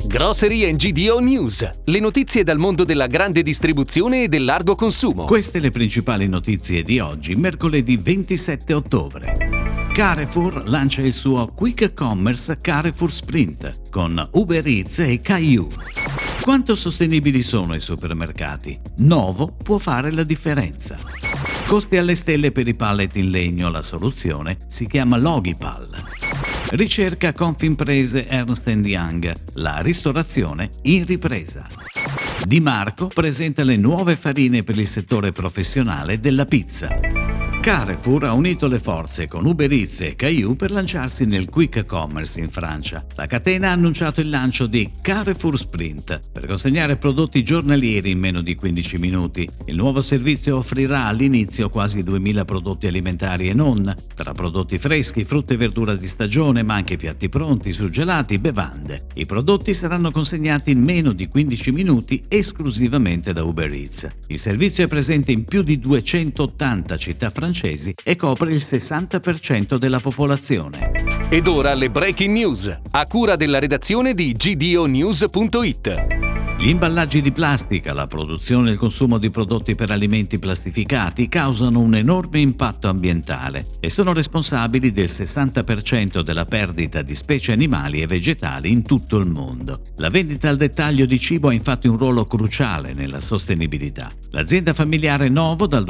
Grocery and GDO News, le notizie dal mondo della grande distribuzione e del largo consumo. Queste le principali notizie di oggi, mercoledì 27 ottobre. Carrefour lancia il suo Quick Commerce Carrefour Sprint con Uber Eats e Caillou. Quanto sostenibili sono i supermercati? Novo può fare la differenza. Costi alle stelle per i pallet in legno, la soluzione si chiama Logipal. Ricerca Confimprese Ernst & Young, la ristorazione in ripresa. Di Marco presenta le nuove farine per il settore professionale della pizza. Carrefour ha unito le forze con Uber Eats e Caillou per lanciarsi nel quick commerce in Francia. La catena ha annunciato il lancio di Carrefour Sprint per consegnare prodotti giornalieri in meno di 15 minuti. Il nuovo servizio offrirà all'inizio quasi 2000 prodotti alimentari e non, tra prodotti freschi, frutta e verdura di stagione, ma anche piatti pronti, surgelati, bevande. I prodotti saranno consegnati in meno di 15 minuti esclusivamente da Uber Eats. Il servizio è presente in più di 280 città francesi e copre il 60% della popolazione. Ed ora le breaking news, a cura della redazione di gdonews.it. Gli imballaggi di plastica, la produzione e il consumo di prodotti per alimenti plastificati causano un enorme impatto ambientale e sono responsabili del 60% della perdita di specie animali e vegetali in tutto il mondo. La vendita al dettaglio di cibo ha infatti un ruolo cruciale nella sostenibilità. L'azienda familiare Novo dal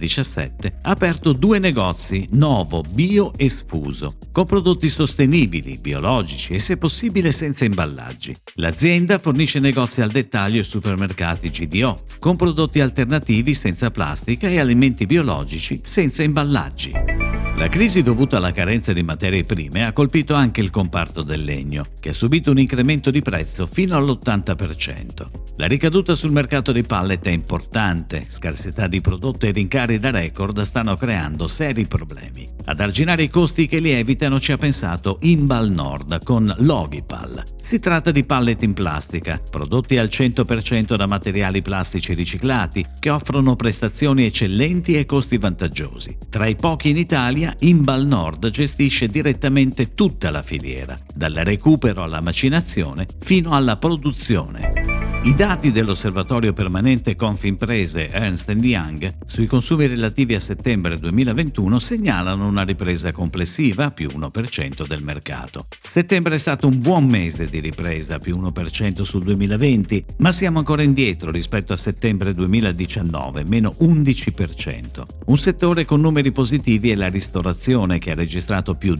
2017 ha aperto 2 negozi, Novo Bio e Sfuso, con prodotti sostenibili, biologici e se possibile senza imballaggi. L'azienda fornisce negozi al dettaglio e supermercati GDO, con prodotti alternativi senza plastica e alimenti biologici senza imballaggi. La crisi dovuta alla carenza di materie prime ha colpito anche il comparto del legno, che ha subito un incremento di prezzo fino all'80%. La ricaduta sul mercato dei pallet è importante, scarsità di prodotto e rincari da record stanno creando seri problemi. Ad arginare i costi che lievitano ci ha pensato Imbal Nord con Logipal. Si tratta di pallet in plastica, prodotti al 100% da materiali plastici riciclati, che offrono prestazioni eccellenti e costi vantaggiosi. Tra i pochi in Italia, Imbal Nord gestisce direttamente tutta la filiera, dal recupero alla macinazione fino alla produzione. I dati dell'osservatorio permanente Confimprese Ernst & Young sui consumi relativi a settembre 2021 segnalano una ripresa complessiva più 1% del mercato. Settembre è stato un buon mese di ripresa, più 1% sul 2020, ma siamo ancora indietro rispetto a settembre 2019, meno 11%. Un settore con numeri positivi è la ristorazione, che ha registrato più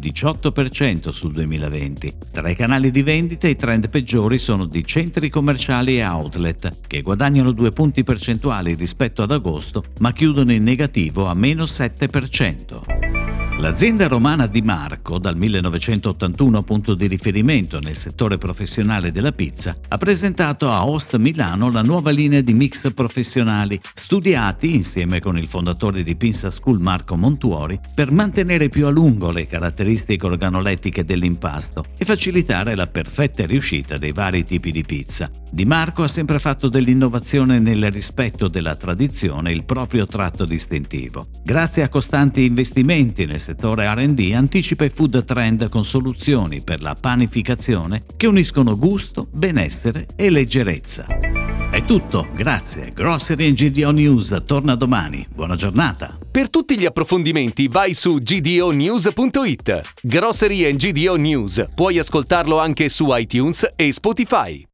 18% sul 2020. Tra i canali di vendita i trend peggiori sono di centri commerciali e outlet, che guadagnano 2 punti percentuali rispetto ad agosto, ma chiudono in negativo a meno 7%. L'azienda romana Di Marco, dal 1981 punto di riferimento nel settore professionale della pizza, ha presentato a Host Milano la nuova linea di mix professionali, studiati insieme con il fondatore di Pizza School Marco Montuori, per mantenere più a lungo le caratteristiche organolettiche dell'impasto e facilitare la perfetta riuscita dei vari tipi di pizza. Di Marco ha sempre fatto dell'innovazione nel rispetto della tradizione il proprio tratto distintivo. Grazie a costanti investimenti nel settore R&D anticipa i food trend con soluzioni per la panificazione che uniscono gusto, benessere e leggerezza. È tutto, grazie. Grocery and GDO News torna domani. Buona giornata. Per tutti gli approfondimenti vai su gdonews.it. Grocery and GDO News, puoi ascoltarlo anche su iTunes e Spotify.